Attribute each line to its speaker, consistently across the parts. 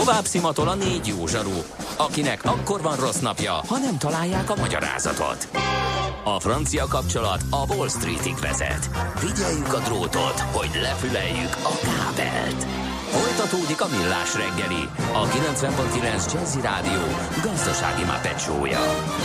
Speaker 1: Tovább szimatol a 4 jó zsaru, akinek akkor van rossz napja, ha nem találják a magyarázatot. A francia kapcsolat a Wall Streetig vezet. Figyeljük a drótot, hogy lefüleljük a kábelt. Folytatódik a Millás reggeli, a 90.9 Jazzy Rádió gazdasági Muppet show-ja.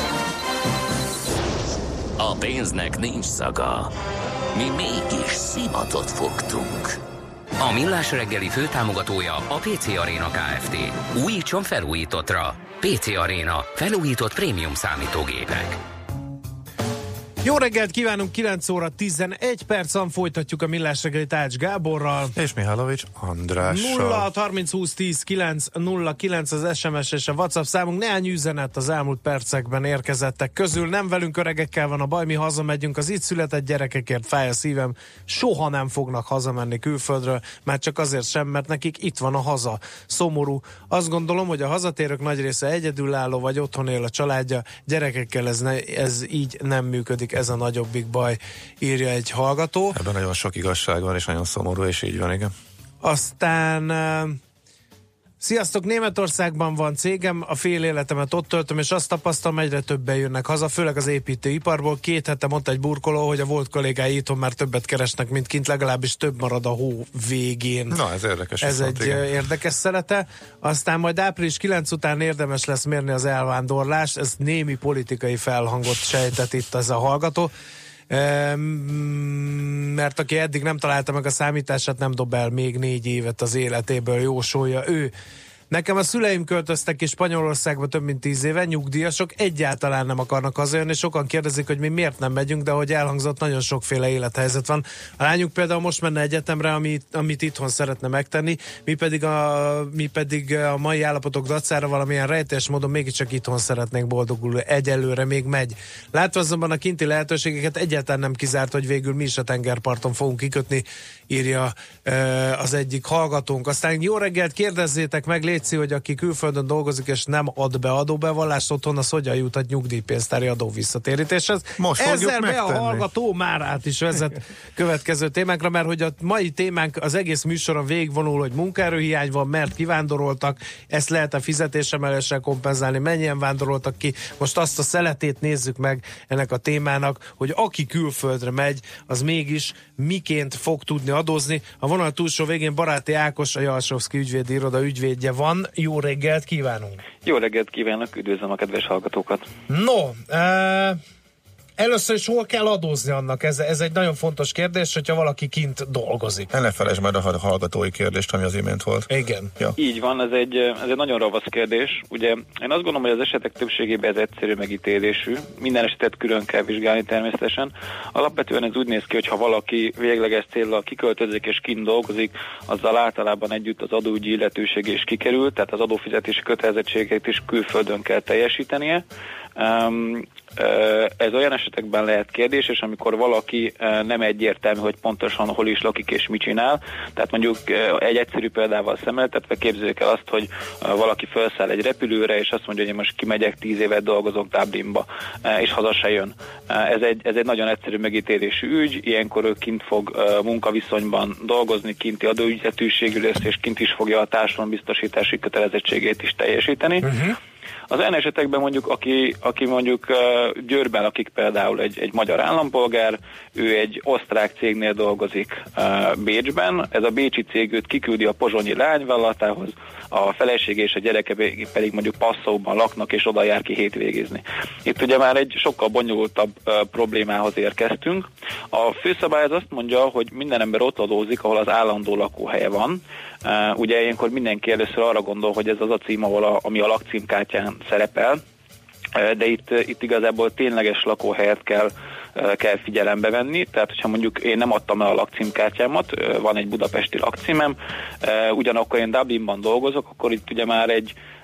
Speaker 1: A pénznek nincs szaga. Mi mégis szimatot fogtunk. A Millás reggeli főtámogatója a PC Arena Kft. Újítson felújítottra. PC Arena. Felújított prémium számítógépek.
Speaker 2: Jó reggelt kívánunk, 9 óra 11 percen folytatjuk a Millás reggelit Ács Gáborral.
Speaker 3: És Mihálovics Andrással.
Speaker 2: 0 30 20 10 9 0 9 az SMS és a WhatsApp számunk. Néhány üzenet az elmúlt percekben érkezettek közül. Nem velünk öregekkel van a baj, mi hazamegyünk. Az itt született gyerekekért fáj a szívem. Soha nem fognak hazamenni külföldről, már csak azért sem, mert nekik itt van a haza. Szomorú. Azt gondolom, hogy a hazatérők nagy része egyedülálló, vagy otthon él a családja. Gyerekekkel ez így nem működik. Ez a nagyobbik baj, írja egy hallgató.
Speaker 3: Ebben nagyon sok igazság van, és nagyon szomorú, és így van, igen.
Speaker 2: Aztán sziasztok, Németországban van cégem, a fél életemet ott töltöm, és azt tapasztalom, egyre többen jönnek haza, főleg az építőiparból. 2 hete mondta egy burkoló, hogy a volt kollégái itthon már többet keresnek, mint kint, legalábbis több marad a hó végén.
Speaker 3: Na, ez érdekes.
Speaker 2: Ez egy érdekes szelete. Aztán majd április 9 után érdemes lesz mérni az elvándorlást, ez némi politikai felhangot sejtett itt ez a hallgató. Mert aki eddig nem találta meg a számítását, nem dob el még 4 évet az életéből, jósolja ő. Nekem a szüleim költöztek ki Spanyolországba több mint 10 éve, nyugdíjasok, egyáltalán nem akarnak hazajönni, sokan kérdezik, hogy mi miért nem megyünk, de ahogy elhangzott, nagyon sokféle élethelyzet van. A lányunk például most menne egyetemre, amit itthon szeretne megtenni, mi pedig a mai állapotok dacára valamilyen rejtélyes módon mégiscsak itthon szeretnénk boldogulni, egyelőre még megy. Látva azonban a kinti lehetőségeket, egyáltalán nem kizárt, hogy végül mi is a tengerparton fogunk kikötni, írja az egyik hallgatónk. Aztán jó reggelt, kérdezzétek meg, létszi, hogy aki külföldön dolgozik és nem ad be adóbevallást otthon, az hogyan juthat nyugdíjpénztári adó visszatérítéshez. Ezzel be a hallgató már át is vezet következő témákra, mert hogy a mai témánk az egész műsoron végigvonul, hogy munkaerőhiány van, mert kivándoroltak, ezt lehet a fizetésemeléssel kompenzálni, mennyien vándoroltak ki. Most azt a szeletét nézzük meg ennek a témának, hogy aki külföldre megy, az mégis miként fog tudni adózni. A vonal túlsó végén Baráti Ákos, a Jalsowski ügyvédi iroda ügyvédje van. Jó reggelt kívánunk!
Speaker 4: Jó reggelt kívánok, üdvözlöm a kedves hallgatókat!
Speaker 2: No, először is hol kell adózni annak? Ez egy nagyon fontos kérdés, hogyha valaki kint dolgozik.
Speaker 3: Ne felejtsd majd a hallgatói kérdést, ami az imént volt.
Speaker 2: Igen.
Speaker 3: Ja.
Speaker 4: Így van, ez egy nagyon ravasz kérdés. Ugye én azt gondolom, hogy az esetek többségében ez egyszerű megítélésű. Minden esetet külön kell vizsgálni természetesen. Alapvetően ez úgy néz ki, hogy ha valaki végleges céllal kiköltözik és kint dolgozik, azzal általában együtt az adóügyi illetőség is kikerül, tehát az adófizetési kötelezettségeit is külföldön kell teljesítenie. Ez olyan esetekben lehet kérdéses, amikor valaki nem egyértelmű, hogy pontosan hol is lakik és mit csinál. Tehát mondjuk egy egyszerű példával szemléltetve képzeljük el azt, hogy valaki felszáll egy repülőre, és azt mondja, hogy én most kimegyek, 10 évet dolgozok Dublinba, és haza se jön. Ez egy nagyon egyszerű megítélésű ügy, ilyenkor ő kint fog munkaviszonyban dolgozni, kinti adóügyletűségű lesz, és kint is fogja a társadalombiztosítási kötelezettségét is teljesíteni. Az olyan esetekben mondjuk, aki mondjuk Győrben lakik például egy magyar állampolgár, ő egy osztrák cégnél dolgozik Bécsben, ez a bécsi cég őt kiküldi a pozsonyi leányvállalatához, a felesége és a gyereke pedig mondjuk Passzóban laknak, és oda jár ki hétvégizni. Itt ugye már egy sokkal bonyolultabb problémához érkeztünk. A főszabály az azt mondja, hogy minden ember ott adózik, ahol az állandó lakóhelye van. Ugye ilyenkor mindenki először arra gondol, hogy ez az a cím, ami a lakcímkártyán szerepel, de itt igazából tényleges lakóhelyet kell figyelembe venni, tehát hogyha mondjuk én nem adtam el a lakcímkártyámat, van egy budapesti lakcímem, ugyanakkor én Dublinban dolgozok, akkor itt ugye már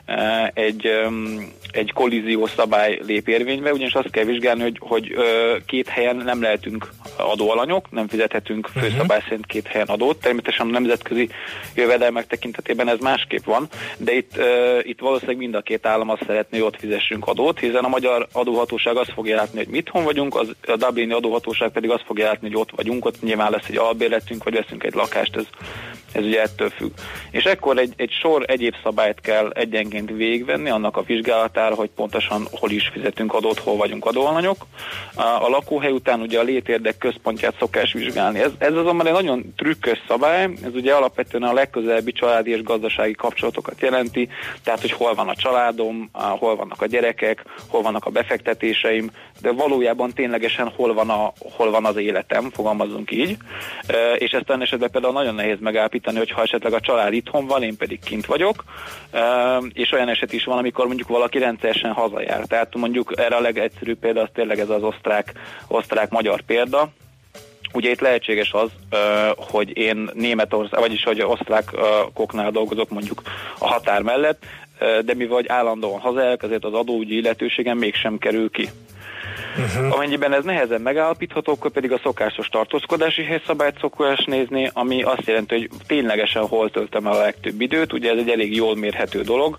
Speaker 4: egy kollízió szabály lép érvénybe, ugyanis azt kell vizsgálni, hogy 2 helyen nem lehetünk adóalanyok, nem fizethetünk főszabály szerint 2 helyen adót, természetesen a nemzetközi jövedelmek tekintetében ez másképp van, de itt valószínűleg mind a 2 állam azt szeretné, hogy ott fizessünk adót, hiszen a magyar adóhatóság azt fogja látni, hogy mi itthon vagyunk, a dublini adóhatóság pedig azt fogja látni, hogy ott vagyunk, ott nyilván lesz egy albérletünk, vagy veszünk egy lakást, Ez ugye ettől függ. És ekkor egy sor egyéb szabályt kell egyenként végigvenni annak a vizsgálatára, hogy pontosan hol is fizetünk adót, hol vagyunk adóalanyok. A lakóhely után ugye a létérdek központját szokás vizsgálni. Ez azonban egy nagyon trükkös szabály, ez ugye alapvetően a legközelebbi családi és gazdasági kapcsolatokat jelenti, tehát hogy hol van a családom, hol vannak a gyerekek, hol vannak a befektetéseim, de valójában ténylegesen hol van az életem, fogalmazunk így, és ezt olyan esetben például nagyon nehéz megállapítani, hogyha esetleg a család itthon van, én pedig kint vagyok, és olyan eset is van, amikor mondjuk valaki rendszeresen hazajár. Tehát mondjuk erre a legegyszerűbb példa az tényleg ez az osztrák-magyar példa. Ugye itt lehetséges az, hogy én Németország, vagyis hogy osztrákoknál dolgozok mondjuk a határ mellett, de mivel állandóan hazajárok, ezért az adóügyi illetőségem mégsem kerül ki. Amennyiben ez nehezen megállapítható, akkor pedig a szokásos tartózkodási helyszabályt szokás nézni, ami azt jelenti, hogy ténylegesen hol töltöm el a legtöbb időt. Ugye ez egy elég jól mérhető dolog,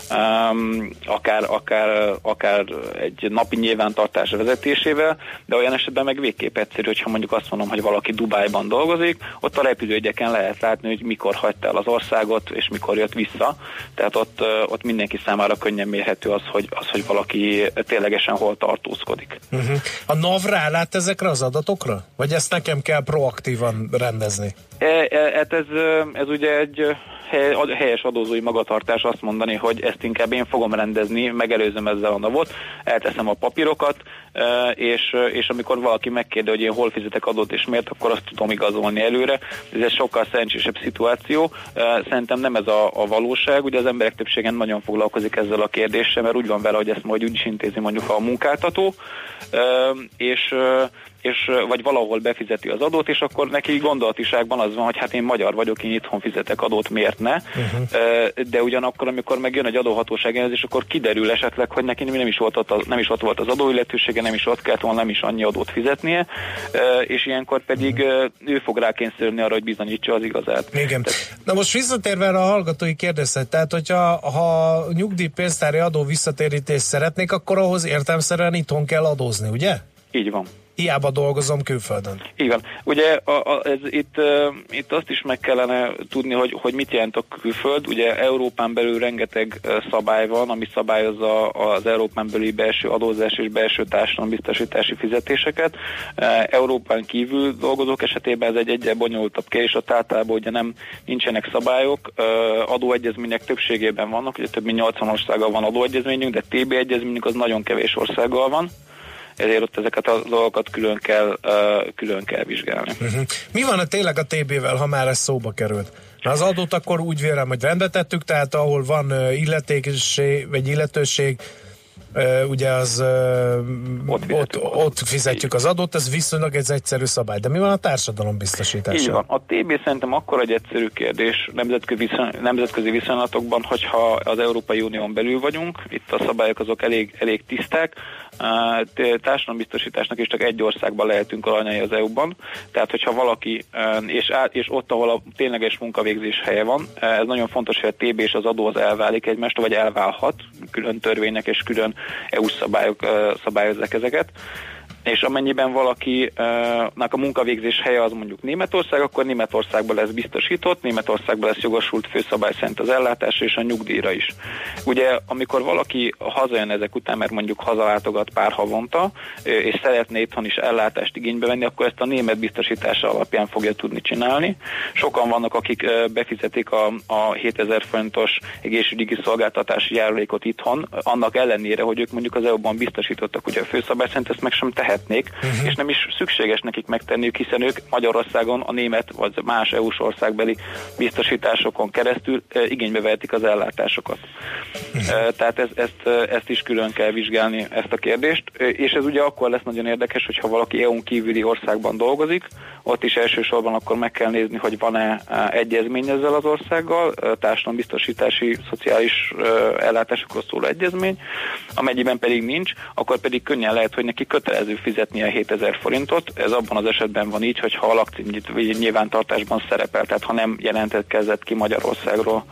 Speaker 4: akár egy napi nyilvántartás vezetésével, de olyan esetben meg végképp egyszerű, hogyha mondjuk azt mondom, hogy valaki Dubájban dolgozik, ott a repülőjegyeken lehet látni, hogy mikor hagyta el az országot, és mikor jött vissza. Tehát ott mindenki számára könnyen mérhető az, hogy valaki ténylegesen hol tartózkodik.
Speaker 2: A NAV rálát ezekre az adatokra? Vagy ezt nekem kell proaktívan rendezni?
Speaker 4: Ez ugye egy helyes adózói magatartás azt mondani, hogy ezt inkább én fogom rendezni, megelőzöm ezzel a NAV-ot, elteszem a papírokat, és amikor valaki megkérde, hogy én hol fizetek adót és miért, akkor azt tudom igazolni előre. Ez egy sokkal szerencsésebb szituáció. Szerintem nem ez a valóság, ugye az emberek többségen nagyon foglalkozik ezzel a kérdéssel, mert úgy van vele, hogy ezt majd úgy is intézi mondjuk a munkáltató, és vagy valahol befizeti az adót, és akkor neki gondolatiságban az van, hogy hát én magyar vagyok, én itthon fizetek adót, miért ne? De ugyanakkor, amikor megjön egy adóhatóság jelzés, akkor kiderül esetleg, hogy neki nem is ott volt az adóilletősége, nem is ott kellett volna, nem is annyi adót fizetnie, és ilyenkor pedig ő fog rákényszerülni arra, hogy bizonyítsa az igazát.
Speaker 2: Igen. Na most visszatérve a hallgatói kérdezet, tehát hogyha nyugdíjpénztári adó visszatérítést szeretnék, akkor ahhoz értelemszerűen itthon kell adózni, ugye?
Speaker 4: Így van.
Speaker 2: Hiába dolgozom külföldön.
Speaker 4: Igen. Ugye itt azt is meg kellene tudni, hogy mit jelent a külföld. Ugye Európán belül rengeteg szabály van, ami szabályozza az Európán belüli belső adózás és belső társadalombiztosítási fizetéseket. Európán kívül dolgozók esetében ez egy egyre bonyolultabb kérdés, ott általában ugye nincsenek szabályok, adóegyezmények többségében vannak, ugye több mint 80 országgal van adóegyezményünk, de TB egyezményünk az nagyon kevés országgal van. Ezért ott ezeket a dolgokat külön kell vizsgálni.
Speaker 2: Mi van tényleg a TB-vel, ha már ez szóba került? Az adót akkor úgy vélem, hogy rendbe tettük, tehát ahol van illetékesség, vagy illetőség, ugye az ott fizetjük az adót, ez viszonylag egy egyszerű szabály. De mi van a társadalombiztosítással?
Speaker 4: Így van. A TB szerintem akkor egy egyszerű kérdés nemzetközi viszonylatokban, hogyha az Európai Unión belül vagyunk, itt a szabályok azok elég tiszták, társadalombiztosításnak is csak egy országban lehetünk alanyai az EU-ban, tehát hogyha valaki, és ott, ahol a tényleges munkavégzés helye van, ez nagyon fontos, hogy a TB és az adó az elválik egymástól, vagy elválhat, külön törvények és külön EU szabályok szabályozzák ezeket. És amennyiben valakinek a munkavégzés helye az mondjuk Németország, akkor Németországban lesz biztosított, Németországban lesz jogosult főszabály szerint az ellátásra és a nyugdíjra is. Ugye, amikor valaki hazajön ezek után, mert mondjuk hazalátogat pár havonta, és szeretné itthon is ellátást igénybe venni, akkor ezt a német biztosítása alapján fogja tudni csinálni. Sokan vannak, akik befizetik a 7000 forintos egészségügyi szolgáltatási járulékot itthon, annak ellenére, hogy ők mondjuk az EU-ban biztosítottak, ugye a főszabály szerint ezt meg sem tehetnék, és nem is szükséges nekik megtenniük, hiszen ők Magyarországon a német vagy más EU-s országbeli biztosításokon keresztül igénybe vehetik az ellátásokat. Tehát ezt is külön kell vizsgálni, ezt a kérdést, és ez ugye akkor lesz nagyon érdekes, hogyha valaki EU-n kívüli országban dolgozik, ott is elsősorban akkor meg kell nézni, hogy van-e egyezmény ezzel az országgal, társadalombiztosítási, szociális ellátásokról szóló egyezmény, amennyiben pedig nincs, akkor pedig könnyen lehet, hogy neki kötelező fizetni a 7000 forintot. Ez abban az esetben van így, hogyha a lakcím nyilvántartásban szerepel, tehát ha nem jelentkezett ki Magyarországról.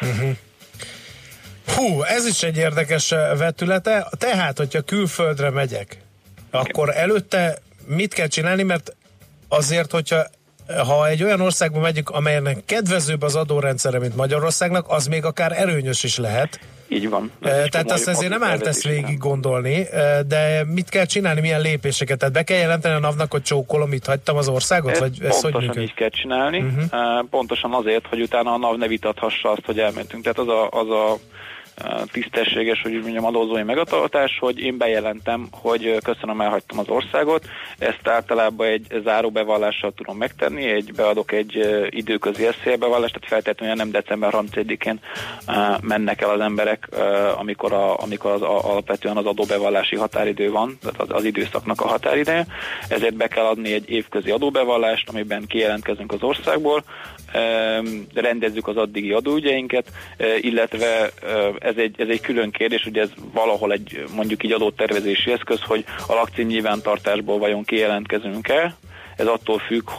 Speaker 2: Hú, ez is egy érdekes vetülete. Tehát, hogyha külföldre megyek, akkor előtte mit kell csinálni, mert azért, hogyha ha egy olyan országba megyünk, amelynek kedvezőbb az adórendszere, mint Magyarországnak, az még akár előnyös is lehet.
Speaker 4: Így van.
Speaker 2: Tehát azt ezért nem árt ezt végig gondolni, de mit kell csinálni, milyen lépéseket? Tehát be kell jelenteni a NAV-nak, hogy csókolom, itt hagytam az országot? Vagy ez
Speaker 4: pontosan így kell csinálni. Pontosan azért, hogy utána a NAV ne vitathassa azt, hogy elmentünk. Tehát az a tisztességes, hogy úgy mondjam, adózói magatartás, hogy én bejelentem, hogy köszönöm, elhagytam az országot. Ezt általában egy záróbevallással tudom megtenni, beadok egy időközi eszélyebevallást, tehát feltétlenül nem december 31-én mennek el az emberek, amikor alapvetően az adóbevallási határidő van, tehát az időszaknak a határideje. Ezért be kell adni egy évközi adóbevallást, amiben kijelentkezünk az országból, rendezzük az addigi adóügyeinket, illetve ez egy külön kérdés, ugye ez valahol egy mondjuk így adótervezési eszköz, hogy a lakcím nyilvántartásból vajon kijelentkezünk-e. Ez attól függ,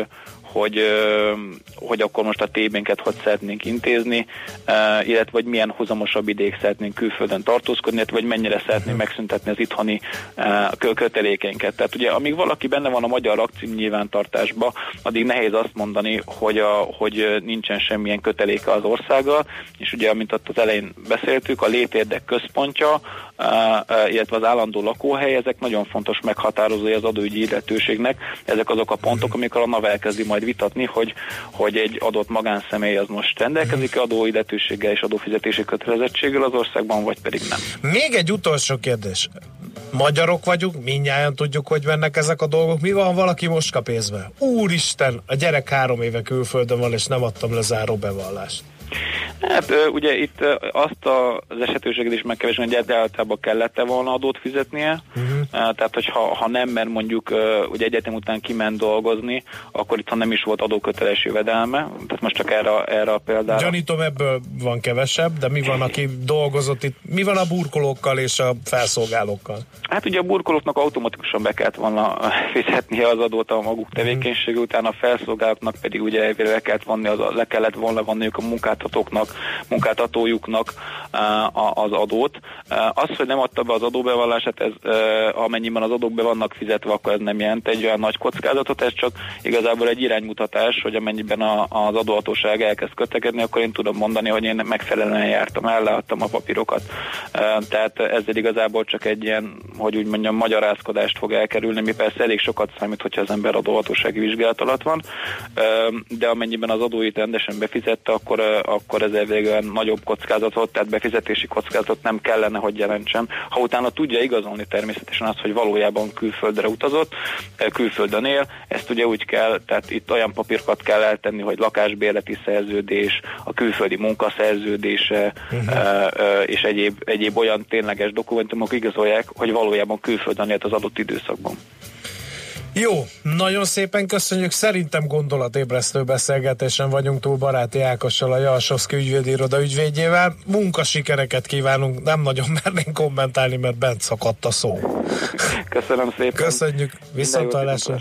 Speaker 4: hogy akkor most a TB-nket hogy szeretnénk intézni, illetve hogy milyen hozamosabb ideig szeretnénk külföldön tartózkodni, illetve hogy mennyire szeretnénk megszüntetni az itthoni kötelékeinket. Tehát ugye amíg valaki benne van a magyar lakcím nyilvántartásba, addig nehéz azt mondani, hogy nincsen semmilyen köteléke az országgal, és ugye amint ott az elején beszéltük, a létérdek központja, illetve az állandó lakóhely, ezek nagyon fontos meghatározói az adóügyi illetőségnek. Ezek azok a pontok, amikor a NAV elkezdi majd vitatni, hogy egy adott magánszemély az most rendelkezik adóilletőséggel és adófizetési kötelezettséggel az országban, vagy pedig nem.
Speaker 2: Még egy utolsó kérdés. Magyarok vagyunk, mindnyájan tudjuk, hogy mennek ezek a dolgok. Mi van, valaki most kap észbe? Úristen, a gyerek 3 éve külföldön van, és nem adtam le záróbevallást.
Speaker 4: Hát ugye itt azt az esetőséget is megkeresni, hogy általában kellett-e volna adót fizetnie, tehát hogyha nem, mert mondjuk ugye egyetem után kiment dolgozni, akkor itt ha nem is volt adóköteles jövedelme, tehát most csak erre a példára.
Speaker 2: Gyanítom, ebből van kevesebb, de mi van, aki dolgozott itt, mi van a burkolókkal és a felszolgálókkal?
Speaker 4: Hát ugye a burkolóknak automatikusan be kellett volna fizetnie az adót a maguk tevékenysége után, a felszolgálóknak pedig ugye le kellett volna vanniuk a munkáltatójuknak az adót. Az, hogy nem adta be az adóbevallását, ez amennyiben az adók be vannak fizetve, akkor ez nem jelent egy olyan nagy kockázatot, ez csak igazából egy iránymutatás, hogy amennyiben az adóhatóság elkezd kötekedni, akkor én tudom mondani, hogy én megfelelően jártam el, leadtam a papírokat. Tehát ezzel igazából csak egy ilyen, hogy úgy mondjam, magyarázkodást fog elkerülni, mi persze elég sokat számít, hogyha az ember adóhatósági vizsgálat alatt van, de amennyiben az adóit rendesen befizette, akkor ez elvégül nagyobb kockázatot, tehát befizetési kockázatot nem kellene, hogy jelentsen. Ha utána tudja igazolni természetesen azt, hogy valójában külföldre utazott, külföldön él, ezt ugye úgy kell, tehát itt olyan papírokat kell eltenni, hogy lakásbérleti szerződés, a külföldi munkaszerződése, és egyéb olyan tényleges dokumentumok igazolják, hogy valójában külföldön élt az adott időszakban.
Speaker 2: Jó, nagyon szépen köszönjük, szerintem gondolatébresztő beszélgetésen vagyunk túl Baráti Ákossal, a Jalsowski ügyvédiroda ügyvédjével. Munkasikereket kívánunk, nem nagyon mernénk kommentálni, mert bent szakadt a szó.
Speaker 4: Köszönöm szépen.
Speaker 2: Köszönjük, viszontlátásra.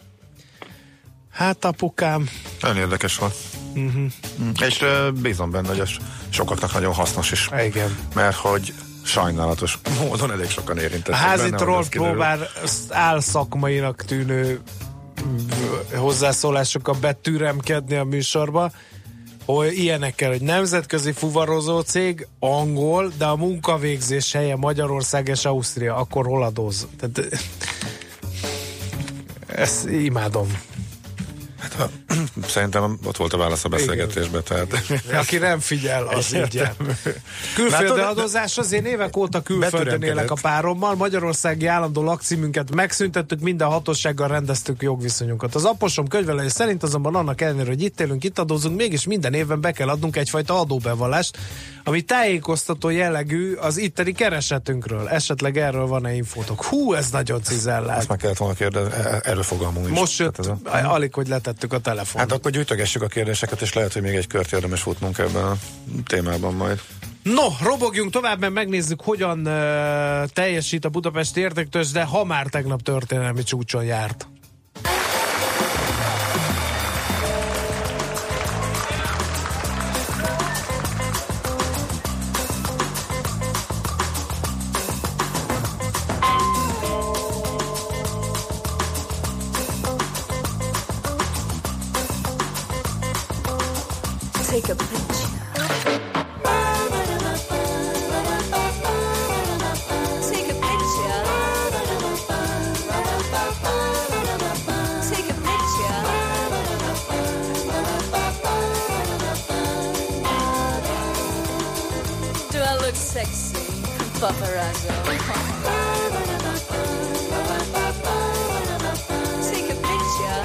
Speaker 2: Hát apukám.
Speaker 3: Nagyon érdekes volt. És bízom benne, hogy ez sokaknak nagyon hasznos is.
Speaker 2: Igen.
Speaker 3: Mert hogy sajnálatos módon elég sokan érintettek.
Speaker 2: A házi troll próbál álszakmainak tűnő hozzászólásokkal betűremkedni a műsorba, hogy ilyenekkel, hogy nemzetközi fuvarozó cég, angol, de a munkavégzés helye Magyarország és Ausztria, akkor hol adóz? Tehát, ezt imádom.
Speaker 3: Hát, szerintem ott volt a válasz a beszélgetésben. Tehát...
Speaker 2: Aki nem figyel, az így jár. Külföldi adózás, azért évek óta külföldön élek a párommal, magyarországi állandó lakcímünket megszüntettük, minden hatósággal rendeztük jogviszonyunkat. Az aposom könyvelője szerint azonban annak ellenére, hogy itt élünk, itt adózunk, mégis minden évben be kell adnunk egyfajta adóbevallást, ami tájékoztató jellegű az itteni keresetünkről. Esetleg erről van-e infótok? Hú, ez nagyon cizellát.
Speaker 3: Ezt meg kellett volna kérdezni, erről fogalmunk is.
Speaker 2: Most jött, alig, hogy letettük a telefon.
Speaker 3: Hát akkor gyűjtögessük a kérdéseket, és lehet, hogy még egy kört érdemes futnunk ebben a témában majd.
Speaker 2: No, robogjunk tovább, mert megnézzük, hogyan teljesít a budapesti értéktőzsde, de ha már tegnap történelmi csúcson járt.
Speaker 5: I look sexy? Paparazzo. Take a picture.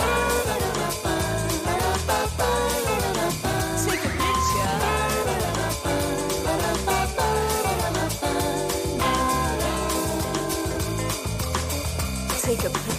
Speaker 5: Take a picture. Take a picture.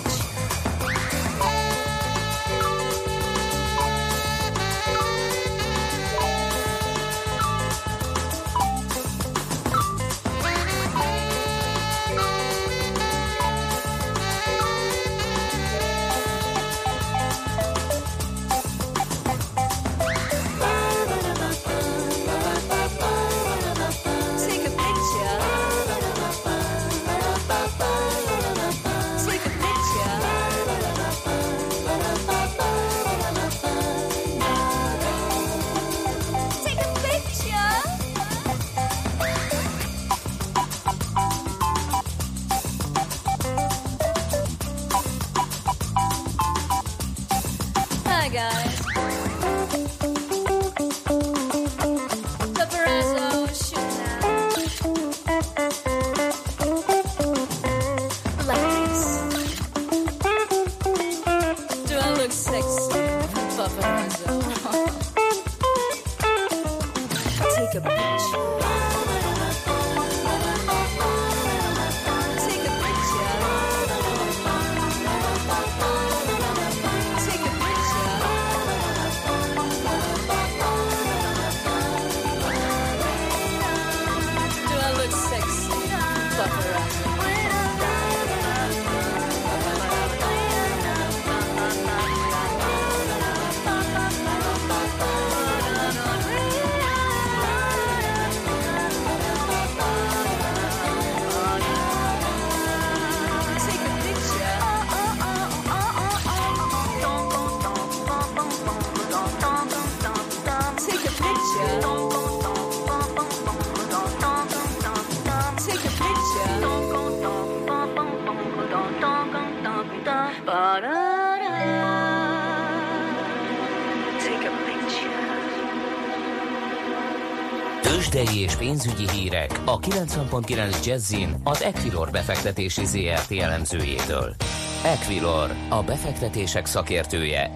Speaker 1: Tőzsdei és pénzügyi hírek a 90.9 Jazzin az Equilor befektetési ZRT elemzőjétől. Equilor, a befektetések szakértője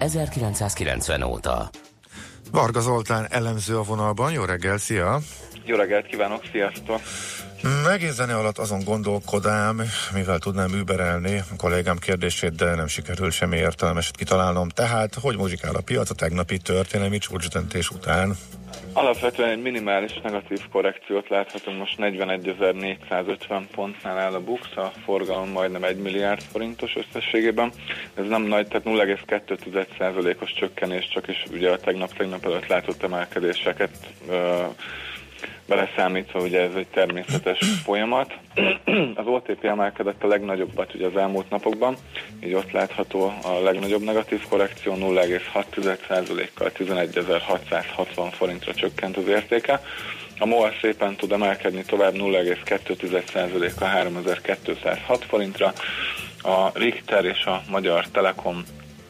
Speaker 1: 1990 óta.
Speaker 3: Varga Zoltán elemző a vonalban. Jó reggel, szia!
Speaker 4: Jó reggelt kívánok, sziasztok!
Speaker 3: Egész zene alatt azon gondolkodám, mivel tudnám überelni a kollégám kérdését, de nem sikerül semmi értelmeset kitalálnom. Tehát, hogy muzsikál a piac a tegnapi történelmi csúcsdöntés után?
Speaker 4: Alapvetően egy minimális negatív korrekciót láthatunk, most 41.450 pontnál áll a BUX, a forgalom majdnem 1 milliárd forintos összességében. Ez nem nagy, tehát 0,2%-os csökkenés, csak is ugye a tegnap előtt látott emelkedéseket beleszámítva, ugye ez egy természetes folyamat. Az OTP emelkedett a legnagyobbat ugye az elmúlt napokban, így ott látható a legnagyobb negatív korrekció, 0,6%-kal 11.660 forintra csökkent az értéke. A MOL szépen tud emelkedni tovább 0,2%-kal 3.206 forintra. A Richter és a Magyar Telekom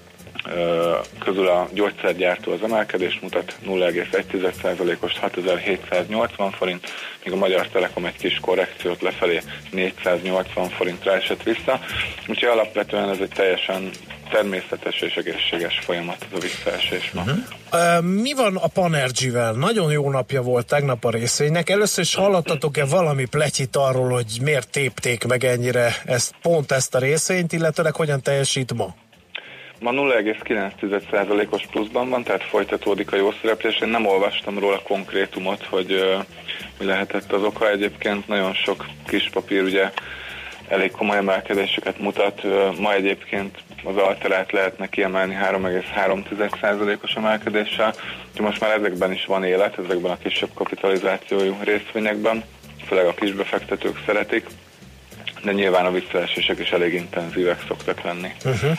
Speaker 4: közül a gyógyszergyártó az emelkedést mutat, 0,1%-os 6780 forint, míg a Magyar Telekom egy kis korrekciót lefelé 480 forintra esett vissza, úgyhogy alapvetően ez egy teljesen természetes és egészséges folyamat ez a visszaesés ma.
Speaker 2: Mi van a Panergy-vel? Nagyon jó napja volt tegnap a részvénynek. Először is hallottatok-e valami pletyit arról, hogy miért tépték meg ennyire pont ezt a részvényt, illetőleg hogyan teljesít ma?
Speaker 4: Ma 0,9%-os pluszban van, tehát folytatódik a jó szereplés. Én nem olvastam róla konkrétumot, hogy mi lehetett az oka. Egyébként nagyon sok kis papír ugye elég komoly emelkedéseket mutat. Ma egyébként az Alterát lehetne kiemelni 3,3%-os emelkedéssel. Most már ezekben is van élet, ezekben a kisebb kapitalizációjú részvényekben, főleg a kisbefektetők szeretik, de nyilván a visszaesések is elég intenzívek szoktak lenni.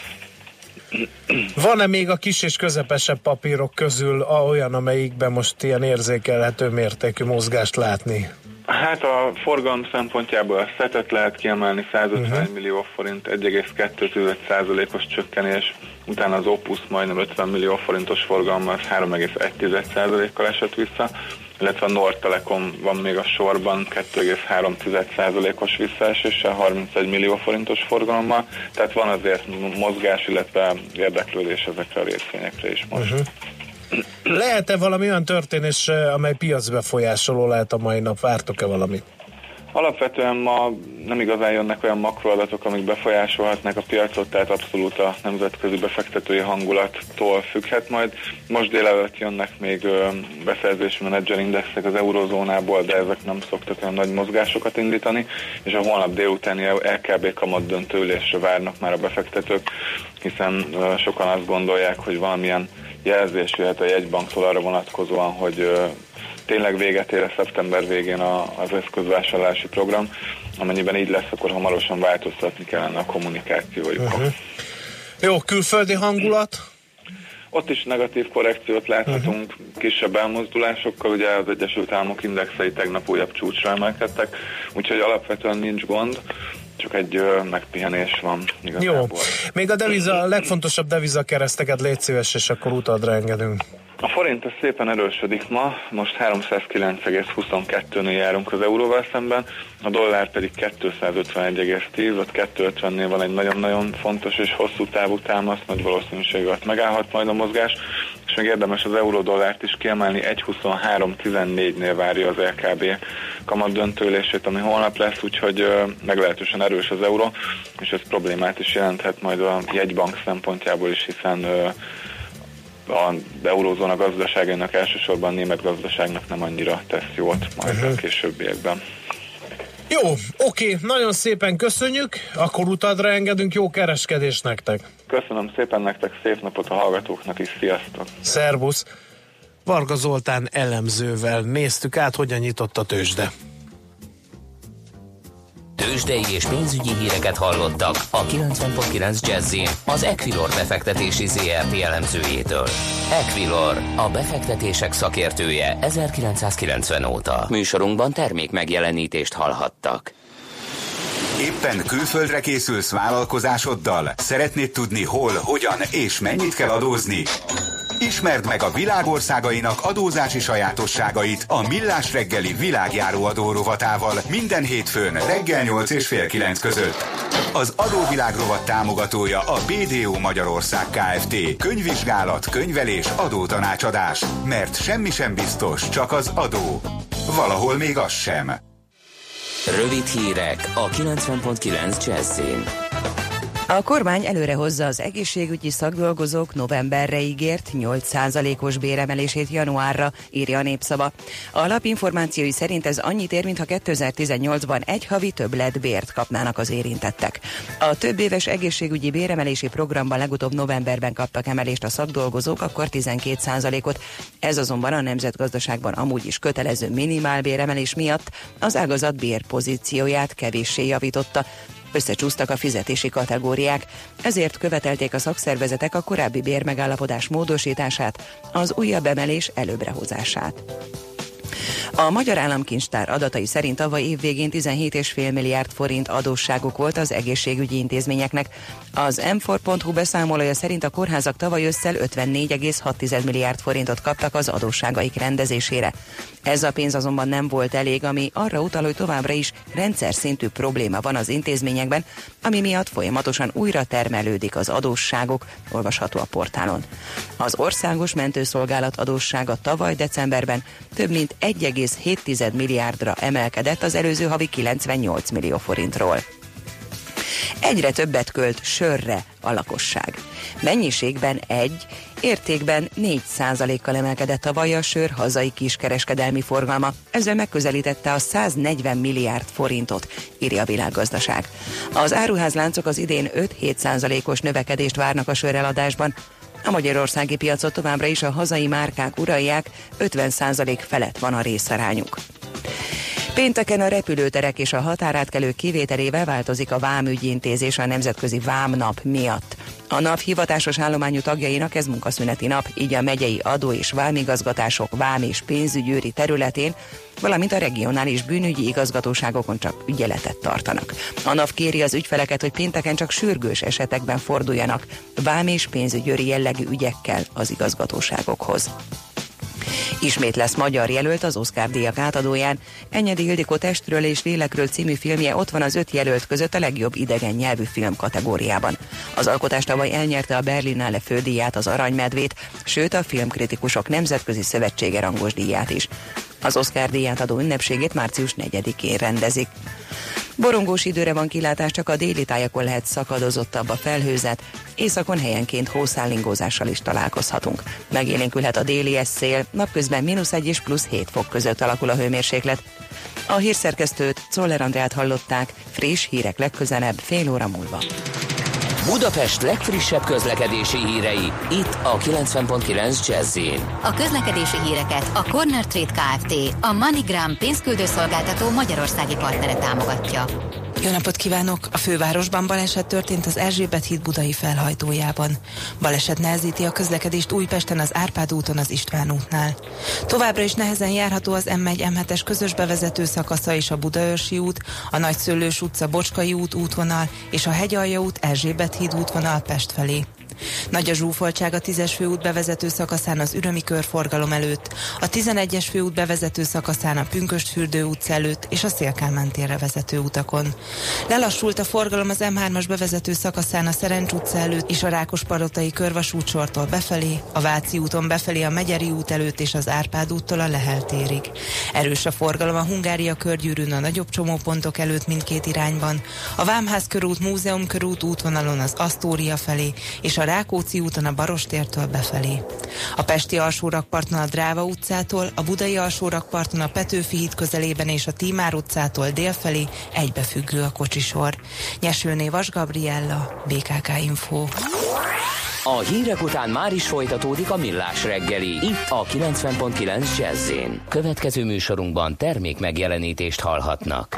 Speaker 2: Van-e még a kis és közepesebb papírok közül olyan, amelyikben most ilyen érzékelhető mértékű mozgást látni?
Speaker 4: Hát a forgalom szempontjából a SZET-et lehet kiemelni, 150 millió forint, 1,2%-os csökkenés, utána az Opus majdnem 50 millió forintos forgalommal 3,1%-kal esett vissza.
Speaker 6: illetve a Nord Telekom van még a sorban 2,3%-os visszaeséssel, 31 millió forintos forgalommal, tehát van azért mozgás, illetve érdeklődés ezekre a részvényekre is most.
Speaker 2: Lehet-e valami olyan történés, amely piacbefolyásoló lehet a mai nap? Vártok-e valami?
Speaker 6: Alapvetően ma nem igazán jönnek olyan makroadatok, amik befolyásolhatnak a piacot, tehát abszolút a nemzetközi befektetői hangulattól függhet majd. Most délelőtt jönnek még beszerzési menedzserindexek az eurozónából, de ezek nem szoktak olyan nagy mozgásokat indítani, és a holnap délutáni LKB kamatdöntő ülésre várnak már a befektetők, hiszen sokan azt gondolják, hogy valamilyen jelzés jöhet a jegybanktól arra vonatkozóan, hogy tényleg véget ér a szeptember végén az eszközvásárlási program. Amennyiben így lesz, akkor hamarosan változtatni kellene a kommunikációjukon.
Speaker 2: Jó, külföldi hangulat?
Speaker 6: Ott is negatív korrekciót láthatunk, kisebb elmozdulásokkal, ugye az Egyesült Államok indexei tegnap újabb csúcsra emelkedtek, úgyhogy alapvetően nincs gond, csak egy megpihenés van igazából. Jó,
Speaker 2: még a legfontosabb devizakereszteket légy szíves, és akkor utadra engedünk.
Speaker 6: A forint szépen erősödik ma, most 309,22-nél járunk az euróval szemben, a dollár pedig 251,10, ott 250-nél van egy nagyon-nagyon fontos és hosszú távú támasz, nagy valószínűséggel megállhat majd a mozgás, és még érdemes az euró-dollárt is kiemelni, 1,2314-nél várja az LKB kamatdöntőülését, ami holnap lesz, úgyhogy meglehetősen erős az euró, és ez problémát is jelenthet majd a jegybank szempontjából is, hiszen az eurózóna gazdaságainak, elsősorban a német gazdaságnak nem annyira tesz jót majd a későbbiekben.
Speaker 2: Jó, oké, nagyon szépen köszönjük, akkor utadra engedünk, jó kereskedést nektek!
Speaker 6: Köszönöm szépen nektek, szép napot a hallgatóknak is, sziasztok!
Speaker 2: Szervusz! Varga Zoltán elemzővel néztük át, hogyan nyitott a tőzsde.
Speaker 1: Tőzsdei és pénzügyi híreket hallottak a 90.9 Jazzin az Equilor befektetési ZRT elemzőjétől. Equilor, a befektetések szakértője 1990 óta. Műsorunkban termék megjelenítést hallhattak.
Speaker 7: Éppen külföldre készülsz vállalkozásoddal? Szeretnéd tudni hol, hogyan és mennyit kell adózni? Ismerd meg a világországainak adózási sajátosságait a Millás reggeli világjáró adó rovatával minden hétfőn reggel 8 és fél 9 között. Az adóvilág rovat támogatója a BDO Magyarország Kft. Könyvvizsgálat, könyvelés, adótanácsadás. Mert semmi sem biztos, csak az adó. Valahol még az sem.
Speaker 1: Rövid hírek a 90.9 Jazzin.
Speaker 8: A kormány előre hozza az egészségügyi szakdolgozók novemberre ígért 8%-os béremelését januárra, írja a Népszava. A lap információi szerint ez annyit ér, mintha 2018-ban egy havi többletbért kapnának az érintettek. A többéves egészségügyi béremelési programban legutóbb novemberben kaptak emelést a szakdolgozók, akkor 12%-ot. Ez azonban a nemzetgazdaságban amúgy is kötelező minimálbéremelés miatt az ágazat bérpozícióját kevéssé javította. Összecsúsztak a fizetési kategóriák, ezért követelték a szakszervezetek a korábbi bérmegállapodás módosítását, az újabb emelés előbbre hozását. A Magyar Államkincstár adatai szerint tavaly évvégén 17,5 milliárd forint adósságuk volt az egészségügyi intézményeknek. Az m4.hu beszámolója szerint a kórházak tavaly ősszel 54,6 milliárd forintot kaptak az adósságaik rendezésére. Ez a pénz azonban nem volt elég, ami arra utal, hogy továbbra is rendszer szintű probléma van az intézményekben, ami miatt folyamatosan újra termelődik az adósságok, olvasható a portálon. Az Országos Mentőszolgálat adóssága tavaly decemberben több mint 1,7 milliárdra emelkedett az előző havi 98 millió forintról. Egyre többet költ sörre a lakosság. Mennyiségben értékben 4%-kal emelkedett tavaly a sör hazai kiskereskedelmi forgalma. Ezzel megközelítette a 140 milliárd forintot, írja a Világgazdaság. Az áruházláncok az idén 5-7%-os növekedést várnak a söreladásban. A magyarországi piacot továbbra is a hazai márkák uralják, 50% felett van a részarányuk. Pénteken a repülőterek és a határátkelők kivételével változik a vámügyi intézés a Nemzetközi Vámnap miatt. A nap hivatásos állományú tagjainak ez munkaszüneti nap, így a megyei adó- és vámigazgatások vám- és pénzügyőri területén, valamint a regionális bűnügyi igazgatóságokon csak ügyeletet tartanak. A NAV kéri az ügyfeleket, hogy pénteken csak sürgős esetekben forduljanak vám- és pénzügyőri jellegű ügyekkel az igazgatóságokhoz. Ismét lesz magyar jelölt az Oscar-díjak átadóján. Enyedi Ildikó Testről és lélekről című filmje ott van az 5 jelölt között a legjobb idegen nyelvű film kategóriában. Az alkotás tavaly elnyerte a Berlinale fődíját, az Aranymedvét, sőt a Filmkritikusok Nemzetközi Szövetsége rangos díját is. Az Oscar-díját adó ünnepségét március 4-én rendezik. Borongós időre van kilátás, csak a déli tájakon lehet szakadozottabb a felhőzet, északon helyenként hószállingózással is találkozhatunk. Megélénkülhet a déli szél, napközben -1 és +7 fok között alakul a hőmérséklet. A hírszerkesztőt, Czoller Andrát hallották, friss hírek legközelebb fél óra múlva.
Speaker 1: Budapest legfrissebb közlekedési hírei, itt a 90.9 Jazz-in.
Speaker 9: A közlekedési híreket a Corner Trade Kft., a MoneyGram pénzküldőszolgáltató magyarországi partnere támogatja.
Speaker 10: Jó napot kívánok! A fővárosban baleset történt az Erzsébet híd budai felhajtójában. Baleset nehezíti a közlekedést Újpesten az Árpád úton az István útnál. Továbbra is nehezen járható az M1-M7-es közös bevezető szakasza és a Budaörsi út, a Nagyszőlős utca Bocskai út útvonal és a Hegyalja út Erzsébet híd útvonal Pest felé. Nagy a zsúfoltság a 10-es főút bevezető szakaszán az Ürömi körforgalom előtt, a 11-es főút bevezető szakaszán a Pünkösdfürdő utca előtt és a Széll-Kálmán térre vezető utakon. Lelassult a forgalom az M3-as bevezető szakaszán a Szerencs utca előtt és a Rákospalotai körvasútsortól befelé, a Váci úton befelé a Megyeri út előtt és az Árpád úttól a Lehel térig. Erős a forgalom a Hungária körgyűrűn a nagyobb csomópontok előtt mindkét irányban, a Vámház körút, Múzeum körút útvonalon az Asztória felé és a Rákóczi úton a Barostértől befelé. A pesti alsórakparton a Dráva utcától, a budai alsórakparton a Petőfi híd közelében és a Tímár utcától délfelé egybefüggő a kocsisor. Nyesőné Vas Gabriella, BKK Info.
Speaker 1: A hírek után már is folytatódik a Millás reggeli, itt a 90.9 Jazz-in. Következő műsorunkban termék megjelenítést hallhatnak.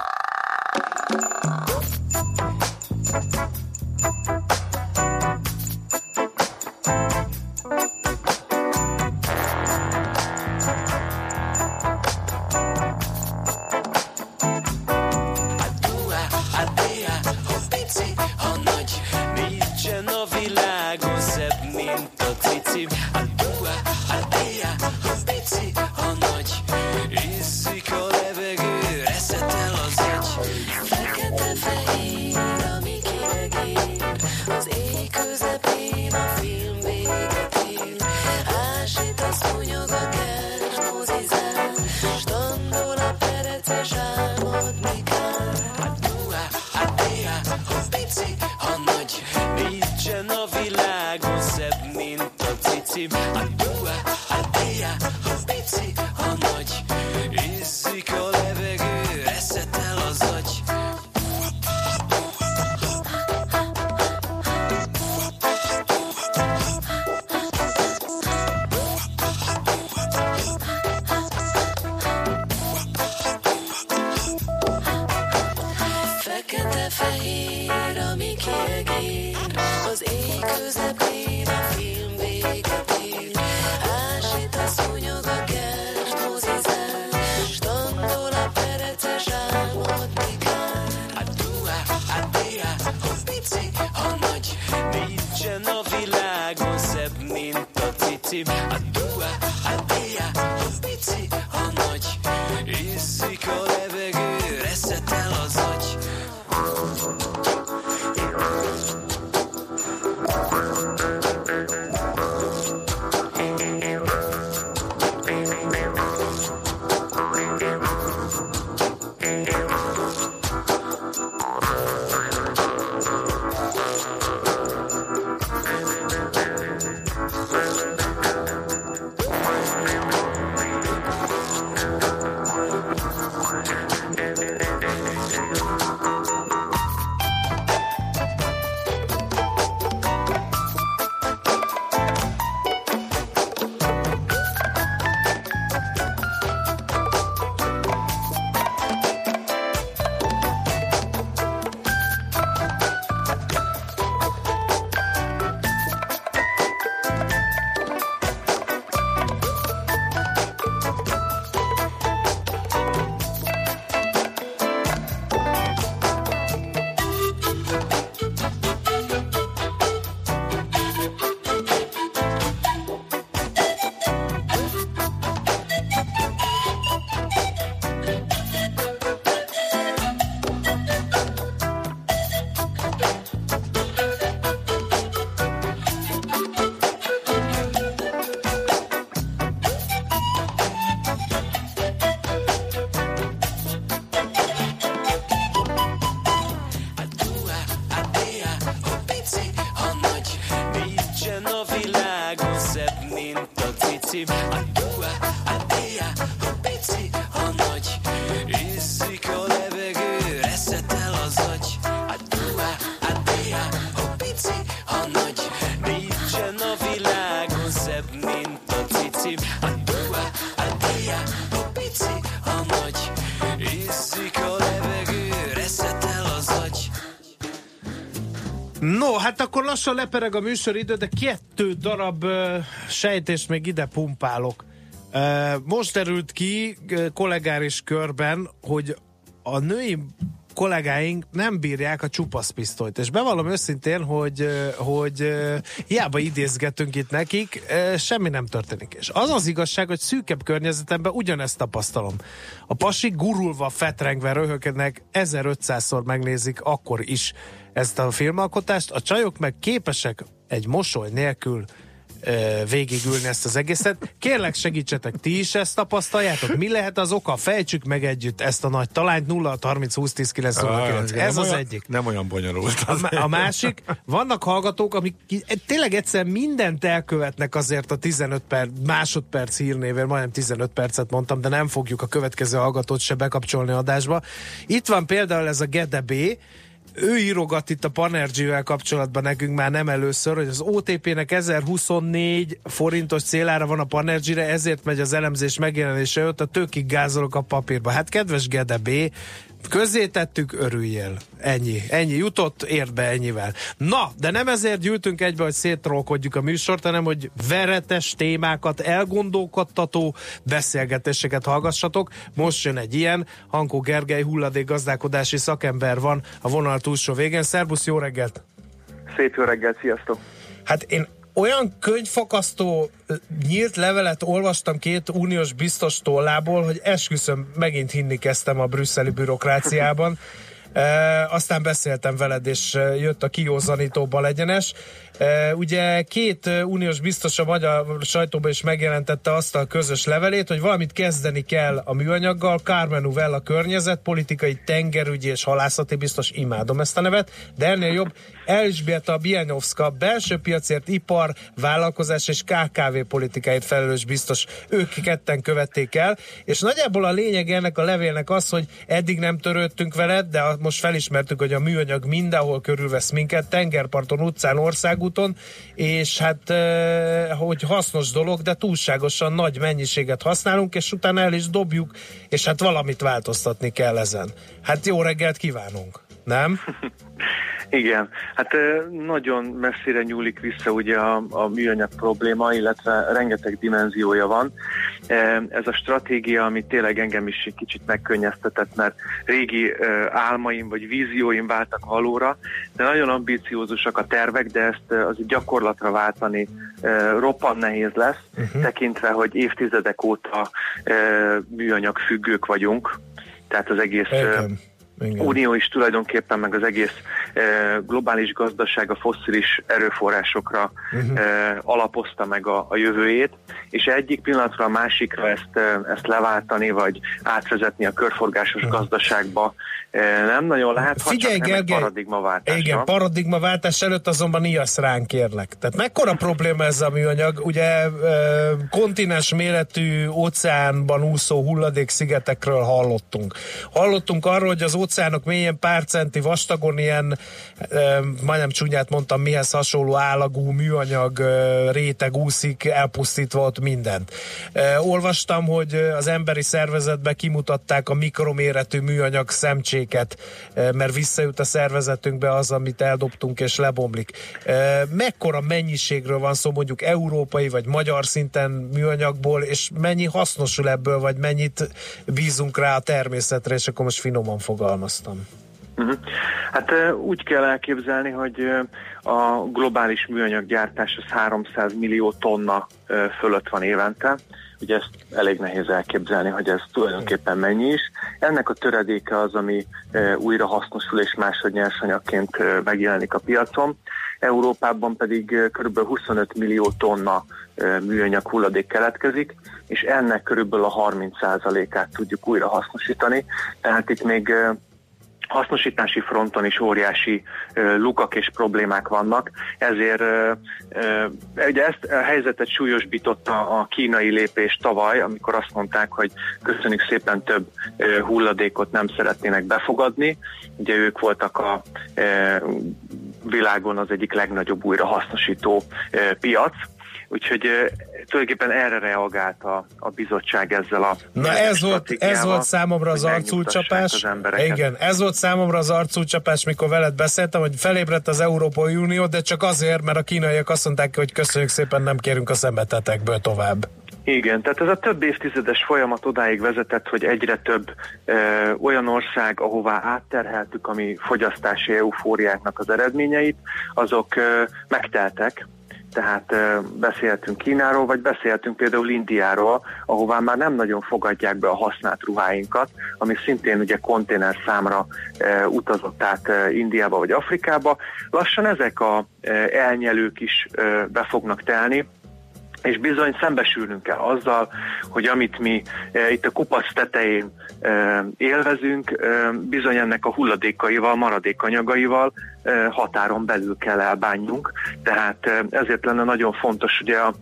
Speaker 11: cicim, a dua, a dia, ha pici, ha nagy. Iszik a levegő, reszetel az agy. A dua, a dia, ha pici, ha nagy. Nincsen a világon szebb, mint a cicim. A dua, a dia, ha pici, ha nagy. Iszik a levegő, reszetel az agy.
Speaker 2: No, hát akkor lassan lepereg a műsoridő, de 2 darab sejtést még ide pumpálok. Most derült ki kollégáris körben, hogy a női kollégáink nem bírják a csupaszpisztolyt, és bevallom őszintén, hogy hiába idézgetünk itt nekik, semmi nem történik. És az az igazság, hogy szűkebb környezetemben ugyanezt tapasztalom. A pasik gurulva, fetrengve röhögnek, 1500-szor megnézik akkor is ezt a filmalkotást, a csajok meg képesek egy mosoly nélkül végigülni ezt az egészet. Kérlek, segítsetek, ti is ezt tapasztaljátok? Mi lehet az oka? Fejtsük meg együtt ezt a nagy talányt. 0-30-20-10-9-09. Ez az egyik.
Speaker 3: Nem olyan bonyolult.
Speaker 2: A másik, vannak hallgatók, amik tényleg egyszer mindent elkövetnek azért a 15 másodperc hírnévért, majdnem 15 percet mondtam, de nem fogjuk a következő hallgatót se bekapcsolni adásba. Itt van például ez a Gede B. Ő írogat itt a Panergy-vel kapcsolatban nekünk már nem először, hogy az OTP-nek 1024 forintos célára van a Panergy-re, ezért megy az elemzés megjelenése előtt, a tőkig gázolok a papírba. Hát kedves Gede B, közzétettük, örüljél. Ennyi jutott, érd be ennyivel. Na, de nem ezért gyűltünk egybe, hogy széttrollkodjuk a műsort, hanem hogy veretes témákat, elgondolkodtató beszélgetéseket hallgassatok. Most jön egy ilyen, Hankó Gergely hulladékgazdálkodási szakember van a vonal túlsó végén. Szerbusz, jó reggelt!
Speaker 12: Szép jó reggelt, sziasztok!
Speaker 2: Hát én olyan könyvfakasztó nyílt levelet olvastam 2 uniós biztos tollából, hogy esküszöm, megint hinni kezdtem a brüsszeli bürokráciában. Aztán beszéltem veled, és jött a kiózanító egyenes. Ugye 2 uniós biztos a magyar sajtóban is megjelentette azt a közös levelét, hogy valamit kezdeni kell a műanyaggal. Carmen Uvella környezetpolitikai, tengerügyi és halászati biztos, imádom ezt a nevet, de ennél jobb Elzbieta Bieňovska belső piacért, ipar, vállalkozás és KKV politikáért felelős biztos. Ők ketten követték el, és nagyjából a lényeg ennek a levélnek az, hogy eddig nem törődtünk veled, de most felismertük, hogy a műanyag mindenhol körülvesz minket, tengerparton, utcán, országúton, és hát hogy hasznos dolog, de túlságosan nagy mennyiséget használunk, és utána el is dobjuk, és hát valamit változtatni kell ezen. Hát jó reggelt kívánunk, nem?
Speaker 12: Igen, hát nagyon messzire nyúlik vissza ugye a műanyag probléma, illetve rengeteg dimenziója van. Ez a stratégia, ami tényleg engem is egy kicsit megkönnyeztetett, mert régi álmaim vagy vízióim váltak valóra, de nagyon ambiciózusak a tervek, de ezt az gyakorlatra váltani roppant nehéz lesz, tekintve, hogy évtizedek óta műanyag függők vagyunk, tehát az egész...
Speaker 2: Igen.
Speaker 12: Unió is tulajdonképpen, meg az egész globális gazdaság a fosszilis erőforrásokra alapozta meg a jövőjét, és egyik pillanatra a másikra ezt leváltani, vagy átvezetni a körforgásos gazdaságba nem nagyon lehet,
Speaker 2: Figyelj,
Speaker 12: csak
Speaker 2: Gergely,
Speaker 12: paradigmaváltás.
Speaker 2: Igen, paradigmaváltás előtt azonban ijasz ránk, kérlek. Tehát mekkora probléma ez a műanyag? Ugye kontinens méretű óceánban úszó hulladékszigetekről hallottunk. Hallottunk arról, hogy az óceánok mélyen pár centi vastagon ilyen, majdnem csúnyát mondtam, mihez hasonló állagú műanyag réteg úszik, elpusztítva ott mindent. Olvastam, hogy az emberi szervezetbe kimutatták a mikroméretű műanyag szemcséket, mert visszajut a szervezetünkbe az, amit eldobtunk és lebomlik. Mekkora mennyiségről van szó, mondjuk európai vagy magyar szinten műanyagból, és mennyi hasznosul ebből, vagy mennyit bízunk rá a természetre, és akkor most finoman fogalmaztam.
Speaker 12: Hát úgy kell elképzelni, hogy a globális műanyaggyártás az 300 millió tonna fölött van évente. Ugye ezt elég nehéz elképzelni, hogy ez tulajdonképpen mennyi is. Ennek a töredéke az, ami újra hasznosul és másodnyersanyagként megjelenik a piacon. Európában pedig kb. 25 millió tonna műanyag hulladék keletkezik, és ennek körülbelül a 30%-át tudjuk újra hasznosítani. Tehát itt még hasznosítási fronton is óriási lukak és problémák vannak, ezért ugye ezt a helyzetet súlyosbította a kínai lépés tavaly, amikor azt mondták, hogy köszönjük szépen, több hulladékot nem szeretnének befogadni. Ugye ők voltak a világon az egyik legnagyobb újrahasznosító piac, úgyhogy tulajdonképpen erre reagált a bizottság ezzel a
Speaker 2: ez volt számomra az arcúcsapás. Igen, ez volt számomra az arcúcsapás, mikor veled beszéltem, hogy felébredt az Európai Unió, de csak azért, mert a kínaiak azt mondták, hogy köszönjük szépen, nem kérünk a szemetetekből tovább.
Speaker 12: Igen, tehát ez a több évtizedes folyamat odáig vezetett, hogy egyre több olyan ország, ahová átterheltük a mi fogyasztási eufóriáknak az eredményeit, azok megteltek. Tehát beszéltünk Kínáról, vagy beszéltünk például Indiáról, ahová már nem nagyon fogadják be a használt ruháinkat, ami szintén ugye konténer számra utazott át Indiába vagy Afrikába. Lassan ezek a elnyelők is be fognak telni, és bizony szembesülnünk kell azzal, hogy amit mi itt a kupac tetején élvezünk, bizony ennek a hulladékaival, maradékanyagaival határon belül kell elbánjunk. Tehát ezért lenne nagyon fontos ugye a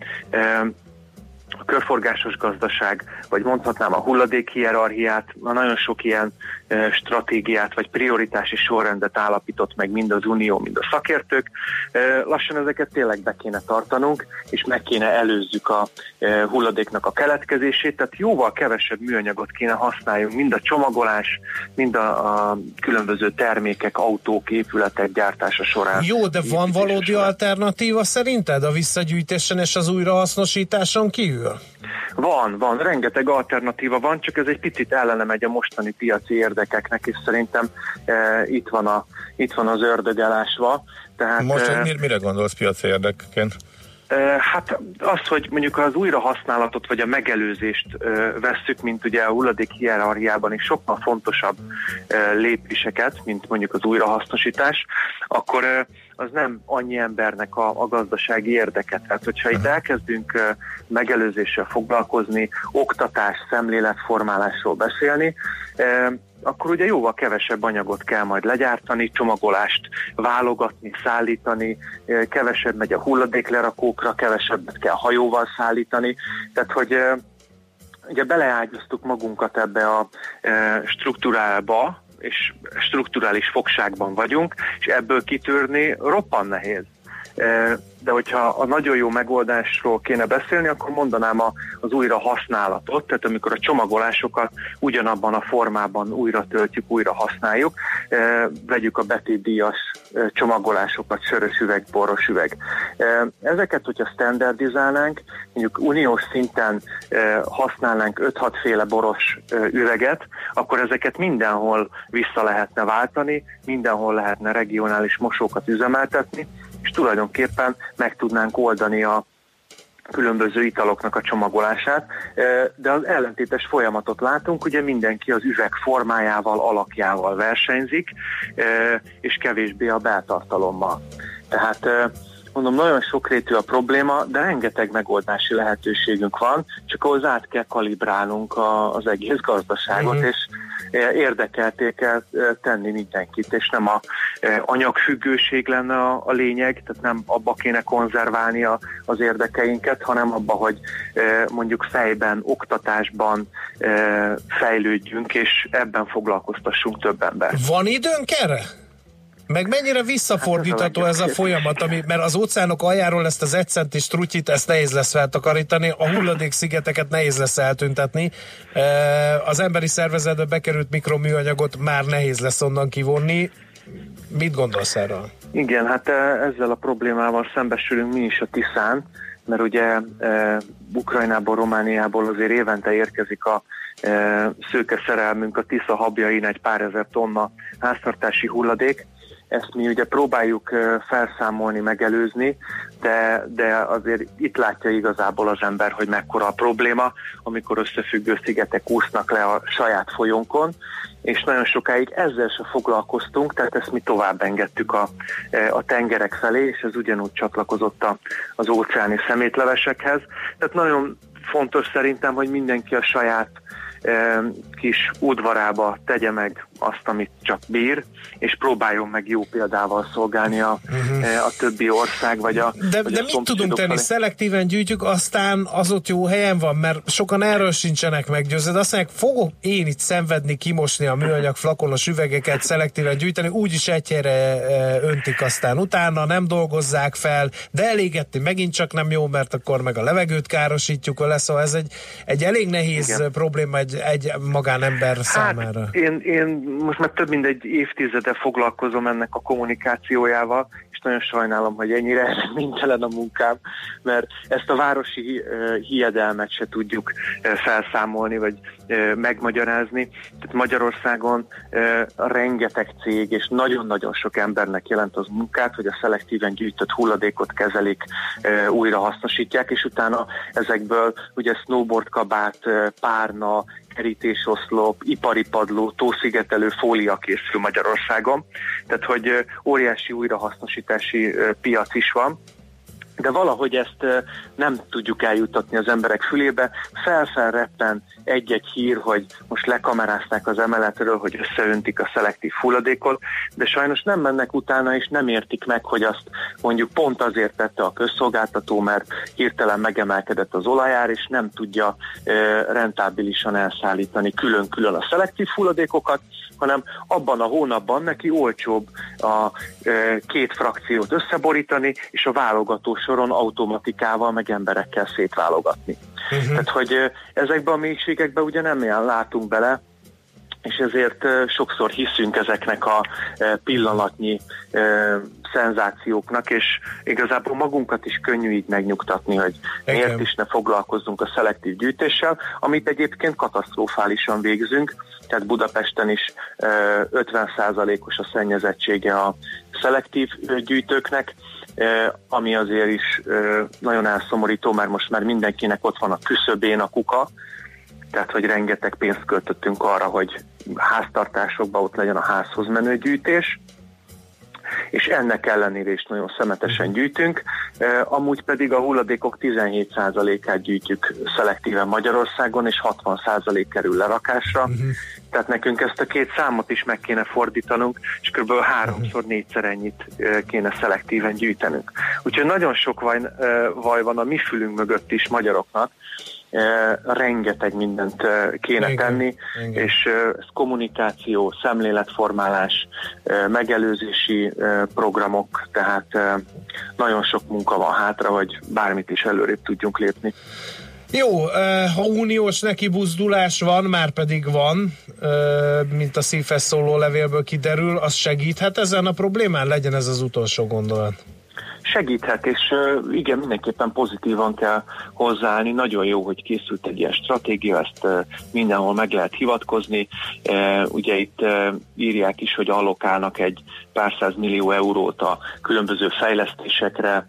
Speaker 12: körforgásos gazdaság, vagy mondhatnám a hulladékhierarchiát, nagyon sok ilyen stratégiát, vagy prioritási sorrendet állapított meg mind az Unió, mind a szakértők. Lassan ezeket tényleg be kéne tartanunk, és meg kéne előzzük a hulladéknak a keletkezését, tehát jóval kevesebb műanyagot kéne használjunk, mind a csomagolás, mind a különböző termékek, autók, épületek gyártása során.
Speaker 2: Jó, de van valódi alternatíva szerinted a visszagyűjtésen és az újrahasznosításon kívül?
Speaker 12: Van, rengeteg alternatíva van, csak ez egy picit ellene megy a mostani piaci érdekeknek, és szerintem itt van az ördög elásva. Tehát,
Speaker 3: most mire gondolsz piaci érdekeken?
Speaker 12: Hát az, hogy mondjuk az újrahasználatot vagy a megelőzést vesszük, mint ugye a hulladék hierarchiában is sokkal fontosabb lépéseket, mint mondjuk az újrahasznosítás, akkor az nem annyi embernek a gazdasági érdeke. Tehát, hogyha itt elkezdünk megelőzéssel foglalkozni, oktatás, szemléletformálásról beszélni, akkor ugye jóval kevesebb anyagot kell majd legyártani, csomagolást válogatni, szállítani, kevesebb megy a hulladéklerakókra, kevesebbet kell hajóval szállítani. Tehát, hogy ugye beleágyaztuk magunkat ebbe a struktúrába, és strukturális fogságban vagyunk, és ebből kitörni roppant nehéz. De hogyha a nagyon jó megoldásról kéne beszélni, akkor mondanám az újra használatot, tehát amikor a csomagolásokat ugyanabban a formában újra töltjük, újra használjuk, vegyük a betétdíjas csomagolásokat, sörös üveg, boros üveg. Ezeket, hogyha standardizálnánk, mondjuk uniós szinten használnánk 5-6 féle boros üveget, akkor ezeket mindenhol vissza lehetne váltani, mindenhol lehetne regionális mosókat üzemeltetni, és tulajdonképpen meg tudnánk oldani a különböző italoknak a csomagolását, de az ellentétes folyamatot látunk, ugye mindenki az üveg formájával, alakjával versenyzik, és kevésbé a beltartalommal. Tehát mondom, nagyon sokrétű a probléma, de rengeteg megoldási lehetőségünk van, csak ahhoz át kell kalibrálnunk az egész gazdaságot, és érdekelté kell tenni mindenkit, és nem a anyagfüggőség lenne a lényeg, tehát nem abba kéne konzerválni az érdekeinket, hanem abba, hogy mondjuk fejben, oktatásban fejlődjünk, és ebben foglalkoztassunk több embert.
Speaker 2: Van időnk erre? Meg mennyire visszafordítható ez a folyamat, mert az óceánok aljáról ezt az 1 centis trutyit, ezt nehéz lesz feltakarítani, a hulladékszigeteket nehéz lesz eltüntetni, az emberi szervezetbe bekerült mikroműanyagot már nehéz lesz onnan kivonni. Mit gondolsz erről?
Speaker 12: Igen, hát ezzel a problémával szembesülünk mi is a Tiszán, mert ugye Ukrajnából, Romániából azért évente érkezik a szőke szerelmünk, a Tisza habjain egy pár ezer tonna háztartási hulladék. Ezt mi ugye próbáljuk felszámolni, megelőzni, de azért itt látja igazából az ember, hogy mekkora a probléma, amikor összefüggő szigetek úsznak le a saját folyónkon, és nagyon sokáig ezzel se foglalkoztunk, tehát ezt mi tovább engedtük a tengerek felé, és ez ugyanúgy csatlakozott az óceáni szemétlevesekhez. Tehát nagyon fontos szerintem, hogy mindenki a saját kis udvarába tegye meg azt, amit csak bír, és próbáljon meg jó példával szolgálni a többi ország, vagy a
Speaker 2: De
Speaker 12: vagy
Speaker 2: mit tudunk tenni? Szelektíven gyűjtjük, aztán az ott jó helyen van, mert sokan erről sincsenek meggyőződve. Azt mondják, fogok én itt szenvedni, kimosni a műanyag flakonos üvegeket, szelektíven gyűjteni, úgyis egy helyre öntik, aztán utána nem dolgozzák fel, de elégetni megint csak nem jó, mert akkor meg a levegőt károsítjuk vele, szóval ez egy elég nehéz probléma egy magánember számára.
Speaker 12: Én most már több mint egy évtizede foglalkozom ennek a kommunikációjával, és nagyon sajnálom, hogy ennyire eredménytelen a munkám, mert ezt a városi hiedelmet se tudjuk felszámolni, vagy megmagyarázni. Tehát Magyarországon rengeteg cég és nagyon-nagyon sok embernek jelent az munkát, hogy a szelektíven gyűjtött hulladékot kezelik, újra hasznosítják, és utána ezekből ugye snowboardkabát, párna, kerítésoszlop, ipari padló, tószigetelő fólia készül Magyarországon. Tehát, hogy óriási újrahasznosítási piac is van, de valahogy ezt nem tudjuk eljuttatni az emberek fülébe. Felreppen egy-egy hír, hogy most lekamerázták az emeletről, hogy összeöntik a szelektív hulladékot, de sajnos nem mennek utána, és nem értik meg, hogy azt mondjuk pont azért tette a közszolgáltató, mert hirtelen megemelkedett az olajár, és nem tudja rentábilisan elszállítani külön-külön a szelektív hulladékokat, hanem abban a hónapban neki olcsóbb a két frakciót összeborítani, és a válogató soron automatikával meg emberekkel szétválogatni. Tehát, hogy ezekben a mélységekben ugye nem ilyen látunk bele, és ezért sokszor hiszünk ezeknek a pillanatnyi szenzációknak, és igazából magunkat is könnyű így megnyugtatni, hogy miért is ne foglalkozzunk a szelektív gyűjtéssel, amit egyébként katasztrofálisan végzünk, tehát Budapesten is 50%-os a szennyezettsége a szelektív gyűjtőknek, ami azért is nagyon elszomorító, mert most már mindenkinek ott van a küszöbén a kuka, tehát hogy rengeteg pénzt költöttünk arra, hogy háztartásokban ott legyen a házhoz menő gyűjtés, és ennek ellenére is nagyon szemetesen gyűjtünk, amúgy pedig a hulladékok 17%-át gyűjtjük szelektíven Magyarországon, és 60% kerül lerakásra, tehát nekünk ezt a két számot is meg kéne fordítanunk, és kb. 3-4-szer ennyit kéne szelektíven gyűjtenünk. Úgyhogy nagyon sok vaj van a mi fülünk mögött is magyaroknak, rengeteg mindent kéne tenni, és ez kommunikáció, szemléletformálás, megelőzési programok, tehát nagyon sok munka van hátra, hogy bármit is előrébb tudjunk lépni.
Speaker 2: Jó, ha uniós nekibuzdulás van, már pedig van, mint a szívhez szóló levélből kiderül, az segíthet ezen a problémán? Legyen ez az utolsó gondolat.
Speaker 12: Segíthet, és igen, mindenképpen pozitívan kell hozzáállni. Nagyon jó, hogy készült egy ilyen stratégia, ezt mindenhol meg lehet hivatkozni. Ugye itt írják is, hogy allokálnak egy pár 100 millió eurót a különböző fejlesztésekre,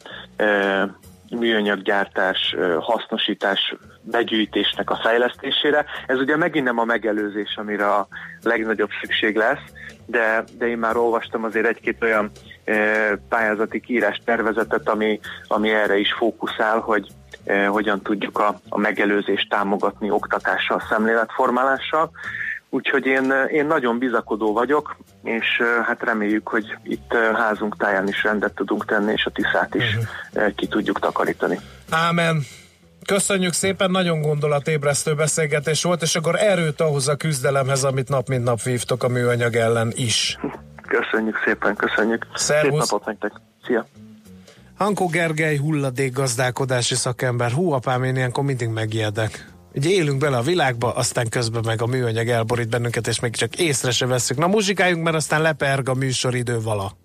Speaker 12: műanyaggyártás, hasznosítás, begyűjtésnek a fejlesztésére. Ez ugye megint nem a megelőzés, amire a legnagyobb szükség lesz, de én már olvastam azért egy-két olyan pályázati kiírás tervezetet, ami erre is fókuszál, hogy hogyan tudjuk a megelőzést támogatni oktatással, szemléletformálással. Úgyhogy én nagyon bizakodó vagyok, és hát reméljük, hogy itt házunk táján is rendet tudunk tenni, és a Tiszát is ki tudjuk takarítani.
Speaker 2: Ámen. Köszönjük szépen, nagyon gondolatébresztő beszélgetés volt, és akkor erőt ahhoz a küzdelemhez, amit nap mint nap vívtok a műanyag ellen is.
Speaker 12: Köszönjük szépen, köszönjük.
Speaker 2: Szervusz.
Speaker 12: Szép napot nektek. Szia.
Speaker 2: Hankó Gergely, hulladékgazdálkodási szakember. Hú, apám, én ilyenkor mindig megijedek. Ugye élünk bele a világba, aztán közben meg a műanyag elborít bennünket, és még csak észre se vesszük. Na, muzsikáljunk, mert aztán leperg a műsoridő vala.